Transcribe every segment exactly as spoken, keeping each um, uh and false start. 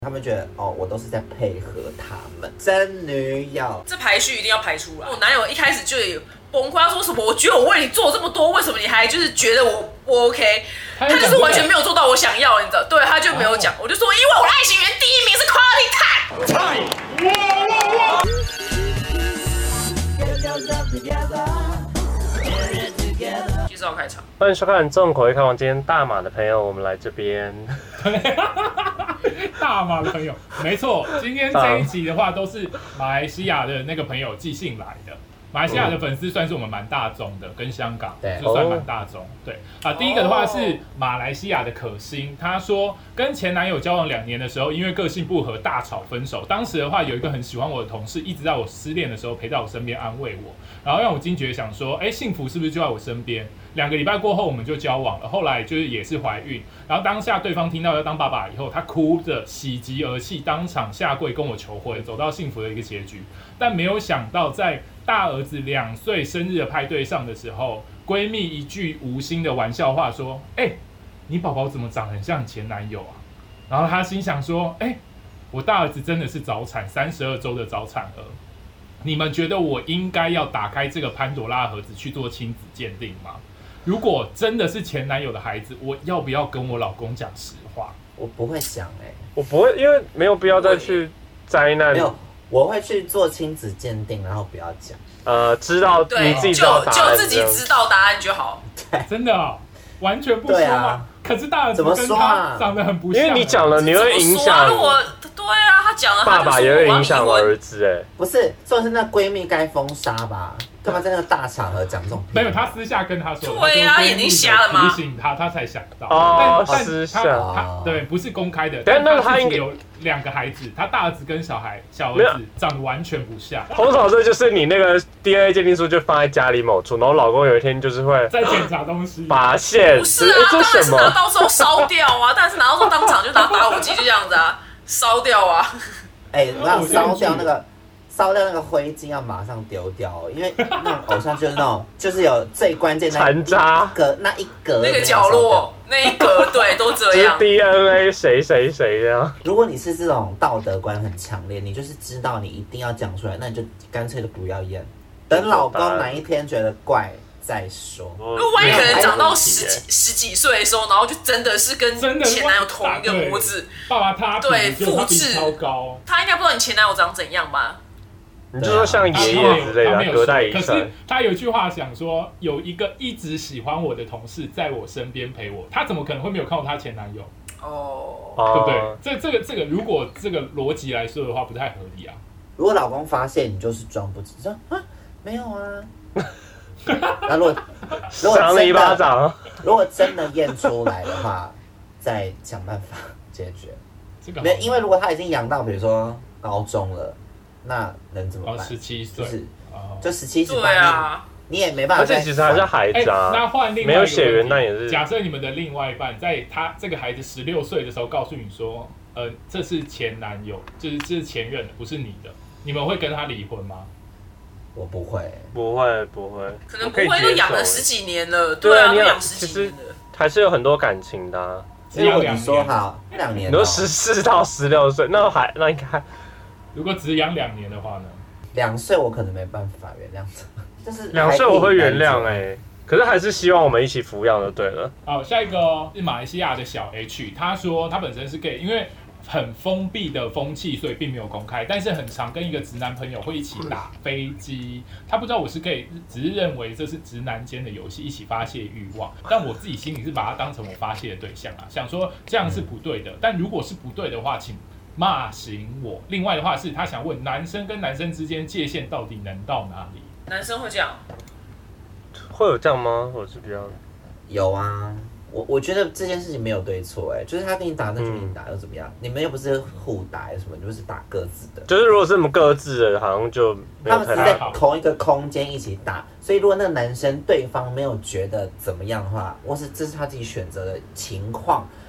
他们觉得哦，我都是在配合他们。真女友， 这排序一定要排出来。我男友一开始就有崩溃，他说什么？我觉得我为你做这么多，为什么你还就是觉得我不 OK？ 他就是完全没有做到我想要，你知道？对，他就没有讲。我就说，因为我的爱情源第一名是 quality time。介绍开场， 欢迎收看重口味开房间。大马的朋友，我们来这边。 大马的朋友，没错，今天这一集的话都是马来西亚的那个朋友寄信来的。马来西亚的粉丝算是我们蛮大众的，跟香港就算蛮大众。对啊，第一个的话是马来西亚的可心，她说跟前男友交往两年的时候，因为个性不合大吵分手。当时的话有一个很喜欢我的同事，一直在我失恋的时候陪在我身边安慰我，然后让我惊觉想说，哎，幸福是不是就在我身边？两个礼拜过后我们就交往了，后来就是也是怀孕，然后当下对方听到要当爸爸以后，他哭着喜极而泣，当场下跪跟我求婚，走到幸福的一个结局。但没有想到在大儿子两岁生日的派对上的时候，闺蜜一句无心的玩笑话说：“哎、欸，你宝宝怎么长很像你前男友啊？”然后她心想说：“哎、欸，我大儿子真的是早产，三十二周的早产儿。你们觉得我应该要打开这个潘朵拉盒子去做亲子鉴定吗？如果真的是前男友的孩子，我要不要跟我老公讲实话？” 我不会想哎、欸， 我不会，因为没有必要再去灾难。 没有。我会去做亲子鉴定，然后不要讲。 呃，知道你自己知道答案， 就就自己知道答案就好。 真的、哦，完全不说嘛。啊、可是大儿子跟他长得很不像， 因为你讲了，你会影响。 如果对啊，他讲了， 爸爸也会影响儿子哎。 不是，说是那闺蜜该封杀吧？干嘛在那个大场合讲这种？ 没有，他私下跟他说。 对啊，眼睛瞎了吗？ 提醒他，他才想到。 哦， 但私下。 他对，不是公开的。但那他应该有两个孩子，他大儿子跟小孩小儿子长得完全不像。 通常这就是你那个 D N A 鉴定书就放在家里某处，然后老公有一天就是会在检查东西， 发现。 不是啊，当然是拿到时候烧掉啊，但是拿到时候当场就拿打火机就这样子啊，烧掉啊。 哎、欸，我想烧掉那个。烧掉那个灰烬要马上丢掉，因为那种偶像就是那种，就是有最关键的残渣格那一格那个角落那一格，对，都这样。 D N A 谁谁谁这样。 如果你是这种道德观很强烈，你就是知道你一定要讲出来，那你就干脆就不要验，等老公哪一天觉得怪再说。 如果万一可能长到十几十几岁的时候，然后就真的是跟前男友同一个模子， 爸爸他对复制超高， 他应该不知道你前男友长怎样吧？ 你就说像爷爷之类的，隔代遗传。 可是他有句话想说，有一个一直喜欢我的同事在我身边陪我，他怎么可能会没有看过他前男友？ 哦， 对不对？这这个这个，如果这个逻辑来说的话，不太合理啊。 如果老公发现你就是装不知，说啊没有啊，那如果如果赏了一巴掌， 如果真的验出来的话，再想办法解决。 这个没有，因为如果他已经养到比如说高中了。那能怎么办？ 十七岁， 就是就十七十八， 对啊， 你也没办法。 而且其实还是孩子啊。 欸、那换另外一个没有血缘，那也是。 假设你们的另外一半在他这个孩子十六岁的时候告诉你说，呃，这是前男友，就是这是前任，不是你的，你们会跟他离婚吗？ 我不会， 不会，不会， 可能不会，都养了十几年了， 对啊， 都养十几年了， 还是有很多感情的、啊。 只养两年，说好两年， 你说十四到十六岁，那还那应该， 如果只养两年的话呢？ 两岁我可能没办法原谅他，就是两岁我会原谅哎、欸，可是还是希望我们一起抚养就对了。 好，下一个、哦、是马来西亚的小 H， 他说他本身是 gay， 因为很封闭的风气，所以并没有公开，但是很常跟一个直男朋友会一起打飞机。他不知道我是 gay， 只是认为这是直男间的游戏，一起发泄欲望。但我自己心里是把他当成我发泄的对象啊，想说这样是不对的。但如果是不对的话，请骂醒我。另外的话是他想问男生跟男生之间界限到底能到哪里？ 男生会这样？ 会有这样吗？我是比较有啊。我我觉得这件事情没有对错，哎，就是他跟你打，那就跟你打，又怎么样？你们又不是互打什么，你们是打各自的。 就是如果是我们各自的，好像就没有太大。 他们是在同一个空间一起打，所以如果那个男生对方没有觉得怎么样的话，或是这是他自己选择的情况，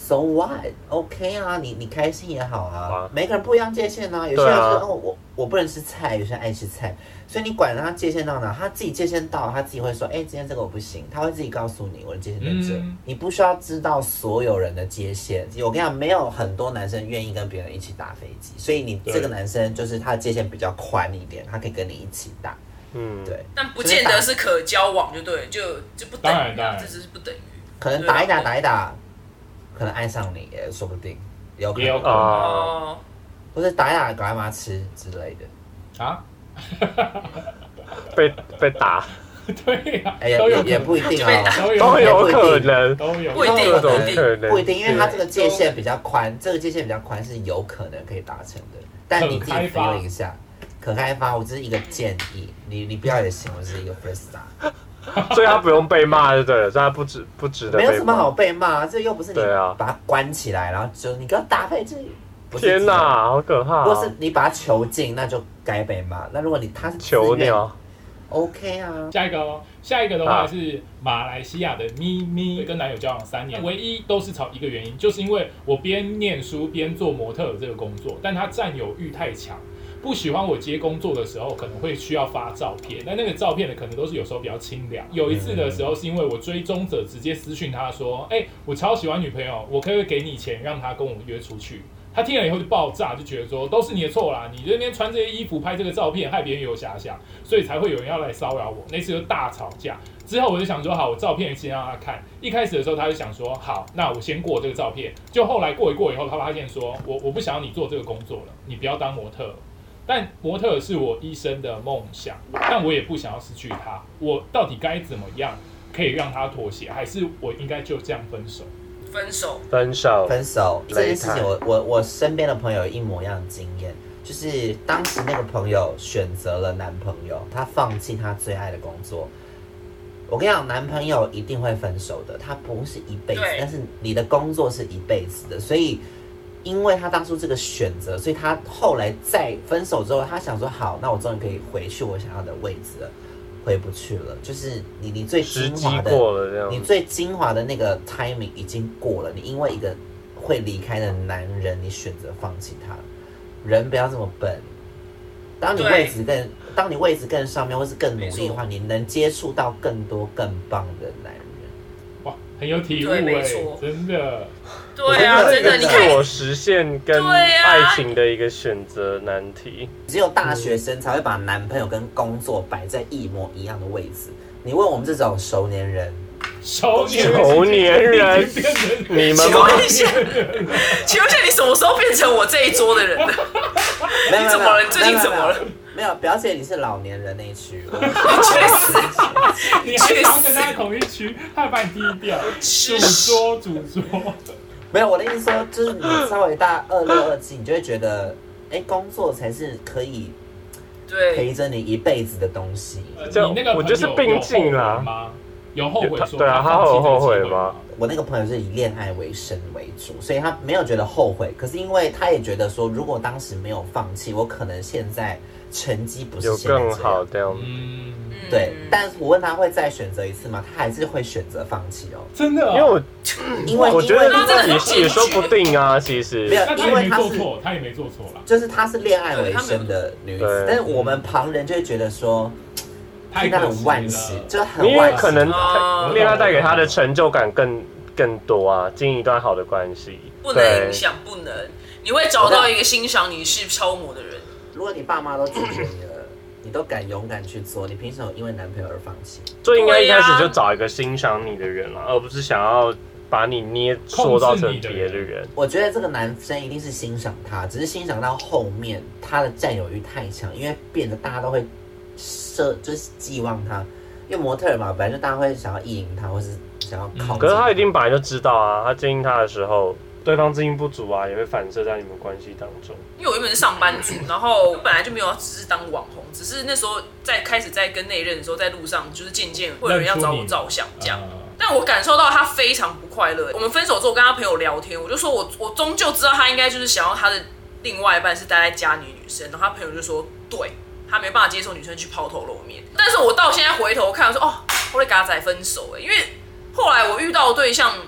So what？ OK 啊，你你开心也好啊。 啊每个人不一样界限啊，有些人说、啊、哦我我不能吃菜，有些人爱吃菜，所以你管他界限到哪，他自己界限到，他自己会说，哎、欸，今天这个我不行，他会自己告诉你我的界限在这、嗯。你不需要知道所有人的界限。我跟你讲，没有很多男生愿意跟别人一起打飞机，所以你这个男生就是他的界限比较宽一点，他可以跟你一起打。嗯，对。 但不见得是可交往，就对，就就不等于，这只是不等于。可能打一打打一打。可能爱上你也说不定，有可能， 有可能， 或者打一打赶快把它吃之类的啊， 被被打， 对呀、啊， 哎、欸、也也不一定啊， 都有可能， 都有不一定， 各种可能， 不一定，因为它这个界限比较宽，这个界限比较宽是有可能可以达成的，但你自己 feel 一下，可开发，我只是一个建议，你你不要也行，我是一个 freestyle。 所以他不用被骂就对了，所以他不值不值得被骂。 没有什么好被骂，这又不是你把他关起来，然后就你给我打飞机。 天哪，好可怕、哦！ 如果是你把他囚禁，那就该被骂。那如果你他是囚鸟 ，OK 啊。 下一个哦，下一个的话是马来西亚的咪咪，跟男友交往三年，唯一都是吵一个原因，就是因为我边念书边做模特这个工作，但他占有欲太强。不喜欢我接工作的时候，可能会需要发照片，但那个照片呢，可能都是有时候比较清凉。有一次的时候，是因为我追踪者直接私讯他说：“哎、欸，我超喜欢女朋友，我可不可以给你钱让她跟我约出去？”他听了以后就爆炸，就觉得说都是你的错啦，你这边穿这些衣服拍这个照片，害别人有遐想，所以才会有人要来骚扰我。那次就大吵架。之后我就想说，好，我照片先让他看。一开始的时候，他就想说，好，那我先过这个照片。就后来过一过以后，他发现说，我我不想要你做这个工作了，你不要当模特。但模特是我一生的梦想，但我也不想要失去他。我到底该怎么样可以让他妥协，还是我应该就这样分手？ 分手， 分手， 分手。这件事情我，我我我身边的朋友有一模一样的经验，就是当时那个朋友选择了男朋友，他放弃他最爱的工作。我跟你讲，男朋友一定会分手的，他不是一辈子，但是你的工作是一辈子的，所以。因为他当初这个选择，所以他后来在分手之后，他想说好，那我终于可以回去我想要的位置了，回不去了。就是你你最精华的，你最精华的那个 timing 已经过了。你因为一个会离开的男人，你选择放弃他。人不要这么笨。当你位置更，当你位置更上面，或是更努力的话，你能接触到更多更棒的男人。 哇，很有体悟哎、欸，真的。 对啊，真的，你看自我实现跟爱情的一个选择难题。 只有大学生才会把男朋友跟工作摆在一模一样的位置。你问我们这种熟年人， 熟年熟年人，你们请问一下，请问一下，你什么时候变成我这一桌的人的？你怎么了？你最近怎么了？ 没有，表姐你是老年人那一区， 确实， 你还想跟他同一区，他还把你踢掉，主桌主桌。 没有，我的意思说，就是你稍微大二六二七，你就会觉得，哎、欸，工作才是可以陪着你一辈子的东西。 你那个我就是并进啦。 有后悔说？ 对啊，他有后悔吗？ 我那个朋友是以恋爱为生为主，所以他没有觉得后悔。可是因为他也觉得说，如果当时没有放弃，我可能现在成绩不是现在这样。 有更好这样。 嗯， 对。但是我问他会再选择一次吗？他还是会选择放弃哦。 真的、哦？ 因为我， 因为我觉得也也说不定啊，其实。 没有，因为他是他也没做错啦。 就是她是恋爱为生的女子，但是我们旁人就会觉得说。 太那很惋惜，就很惋惜。 因为可能恋爱带给他的成就感更更多啊，经营一段好的关系， 不能影响，不能，你会找到一个欣赏你是超模的人。 如果你爸妈都拒绝你了，你都敢勇敢去做，你凭什么因为男朋友而放弃？ 就应该一开始就找一个欣赏你的人了，而不是想要把你捏塑造成别的人。 我觉得这个男生一定是欣赏他，只是欣赏到后面他的占有欲太强，因为变得大家都会。设就是寄望他，因为模特嘛，本来就大家会想要意淫他，或是想要靠近他。 可是他一定本来就知道啊，他接近他的时候，对方资金不足啊，也会反射在你们关系当中。 因为我原本是上班族，然后本来就没有只是当网红，只是那时候在开始在跟那一任的时候，在路上就是渐渐会有人要找我照相这样。但我感受到他非常不快乐。我们分手之后，跟他朋友聊天，我就说我我终究知道他应该就是想要他的另外一半是待在家里女生，然后他朋友就说对。他没办法接受女生去抛头露面，但是我到现在回头看，我说哦，我得跟他仔分手哎，因为后来我遇到的对象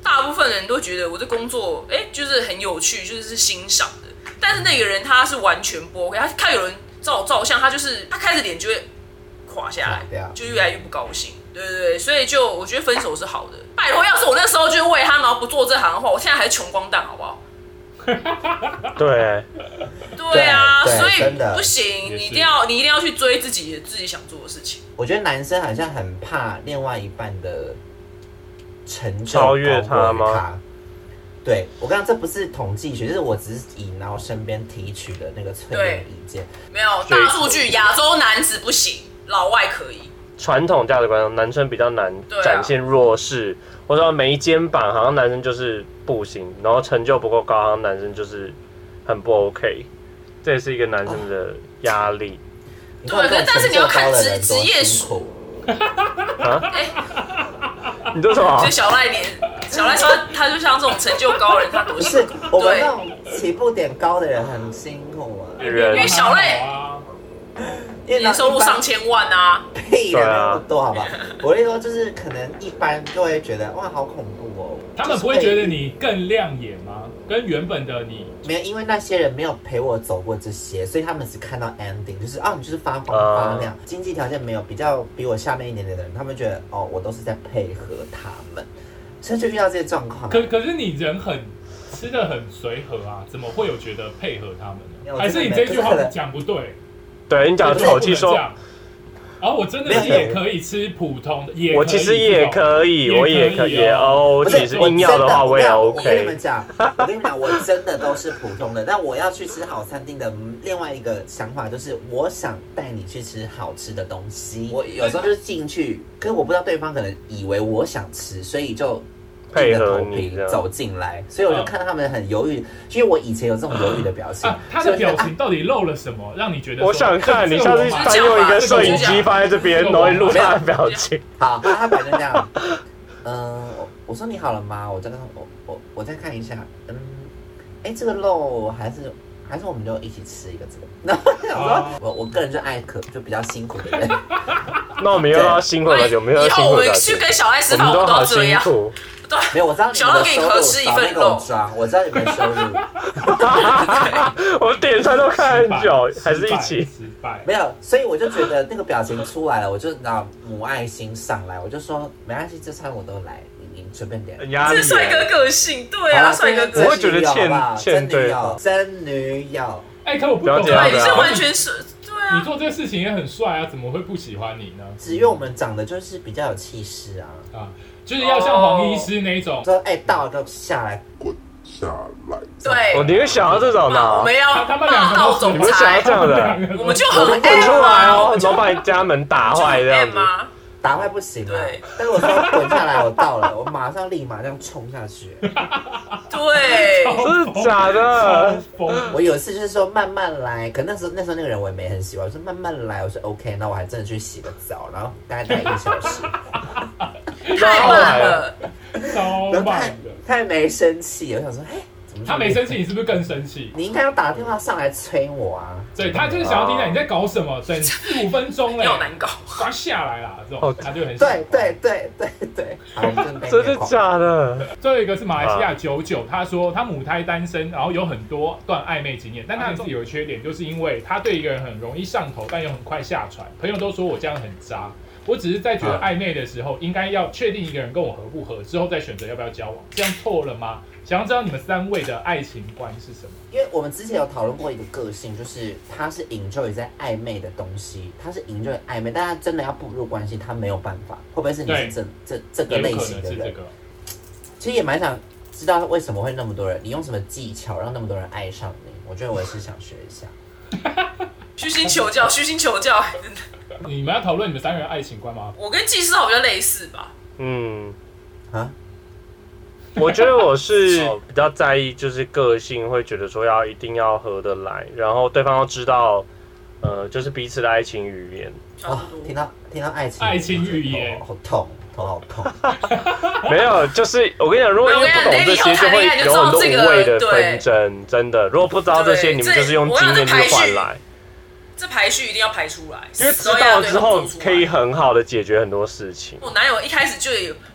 大部分人都觉得我这工作，哎、欸，就是很有趣，就是是欣赏的。但是那个人他是完全不 OK， 他看有人照照相，他就是他开始脸就会垮下来，就越来越不高兴。对对对，所以就我觉得分手是好的。拜托，要是我那时候就为他，然后不做这行的话，我现在还是穷光蛋，好不好？ 对， 对啊，所以不行，你一定要你一定要去追自己自己想做的事情。 我觉得男生好像很怕另外一半的成就超越他吗？ 对，我刚刚这不是统计学，就是我只是以然后身边提取的那个测验意见。 没有大数据，亚洲男子不行，老外可以。 传统价值观，男生比较难展现弱势，啊、或者说没肩膀，好像男生就是不行，然后成就不够高，好像男生就是很不 OK， 这也是一个男生的压力。 哦、对，可是但是你要看职职业数。 啊？欸、你做什么？ 就小赖年，小赖说他就像这种成就高的人，他多辛苦。 我们那种起步点高的人很辛苦啊， 因为小赖。年收入上千万啊！ 屁的，没有那么多，好不好？我跟你说，就是可能一般就会觉得哇，好恐怖哦。 他们不会觉得你更亮眼吗？跟原本的你没有，因为那些人没有陪我走过这些，所以他们只看到 ending， 就是啊，你就是发光发亮， uh, 经济条件没有比较比我下面一点点的人，他们觉得哦，我都是在配合他们，所以就遇到这些状况。 可可是你人很吃得很随和啊，怎么会有觉得配合他们呢？还是你这句话讲不对？ 对你讲的口气说， 然后我真的是也可以吃普通的，也可以我其实也可以，我也可以哦。其实硬要的话，我也 OK。 我跟你们讲，我跟你们讲，我真的都是普通的。但我要去吃好餐厅的另外一个想法就是，我想带你去吃好吃的东西。我有时候就是进去，可是我不知道对方可能以为我想吃，所以就。 配合你走进来，所以我就看到他们很犹豫，因为我以前有这种犹豫的表情。 啊、他的表情到底漏了什么，让你觉得？ 我想看你下次单用一个摄影机放在这边，然后录他的表情。 好，他摆成这样。嗯、呃，我说你好了吗？我再看，我我我再看一下。嗯，哎、欸，这个肉还是还是我们就一起吃一个这个。然后我说，我我个人就爱可就比较辛苦的人。 那我们又要辛苦了，有没有？ 以后我们去跟小爱吃饭，我们都要这样。 对，没有，我知道你们的收入少那种装，我知道你们的收入。 我点餐都看很久，还是一起。 没有，所以我就觉得那个表情出来了，我就拿母爱心上来，我就说没关系，这餐我都来，你你随便点。 这是帅哥个性，对啊，帅哥个性。 我会觉得欠欠对，真女友。 哎，可我不懂， 对，你是完全是。 你做这个事情也很帅啊，怎么会不喜欢你呢？ 只因为我们长得就是比较有气势啊， 啊，就是要像黄医师那种， 说哎到就下来，滚下来。 对， 哦，你会想要这种的？ 我们要他们两个都， 你们想要这样的， 我们就很滚出来哦，然后把你家门打坏这样子。 打坏不行啊！但是我说滚下来，我到了，我马上立马这样冲下去。 对， 真的假的？ 我有一次就是说慢慢来，可那时候那时候那个人我也没很喜欢，我说慢慢来，我说 OK， 那我还真的去洗个澡，然后大概待一个小时。 太慢了， 超慢的， 太没生气，我想说，哎。 他没生气，你是不是更生气？ 你应该要打电话上来催我啊！ 对，他就是想要听到你在搞什么，等四五分钟嘞， 好难搞， 快下来啦！这种他就很对对对对对， 真的假的？ 最后一个是马来西亚九九，他说他母胎单身，然后有很多段暧昧经验，但他自己有个缺点，就是因为他对一个人很容易上头，但又很快下船。朋友都说我这样很渣，我只是在觉得暧昧的时候，应该要确定一个人跟我合不合，之后再选择要不要交往，这样错了吗？想要知道你们三位的爱情观是什么？ 因为我们之前有讨论过一个个性，就是他是 enjoy 在暧昧的东西，他是 enjoy 暧昧，但他真的要步入关系，他没有办法。会不会是你是这这这个类型的人？ 这个、 其实也蛮想知道为什么会那么多人，你用什么技巧让那么多人爱上你？我觉得我也是想学一下。 虚心求教，虚心求教。 你们要讨论你们三个人爱情观吗？ 我跟技师好像类似吧。 嗯， 啊。 我觉得我是比较在意，就是个性会觉得说要一定要合得来，然后对方要知道，呃，就是彼此的爱情语言。 哦，听到听到爱情爱情语言， 好痛，头好痛。 没有，就是我跟你讲，如果因为不懂这些，就会有很多无谓的纷争。真的，如果不知道这些，你们就是用经验去换来。 这排序一定要排出来， 因为知道之后可以很好的解决很多事情。 我男友一开始就有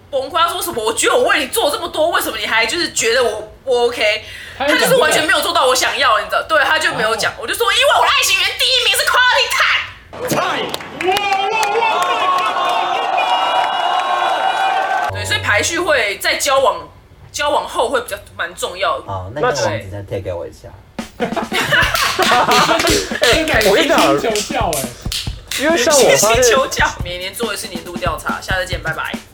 崩溃，他说什么？我觉得我为你做这么多，为什么你还就是觉得我不 OK？ 他就是完全没有做到我想要，你知道？对，他就没有讲。我就说，因为我的爱情园第一名是 quality time。对，所以排序会在交往交往后会比较蛮重要的。 哦，那个网址再贴给我一下。 哎，我跟你讲，求教哎， 因为像我发现， 求教，每年做一次年度调查，下次见，拜拜。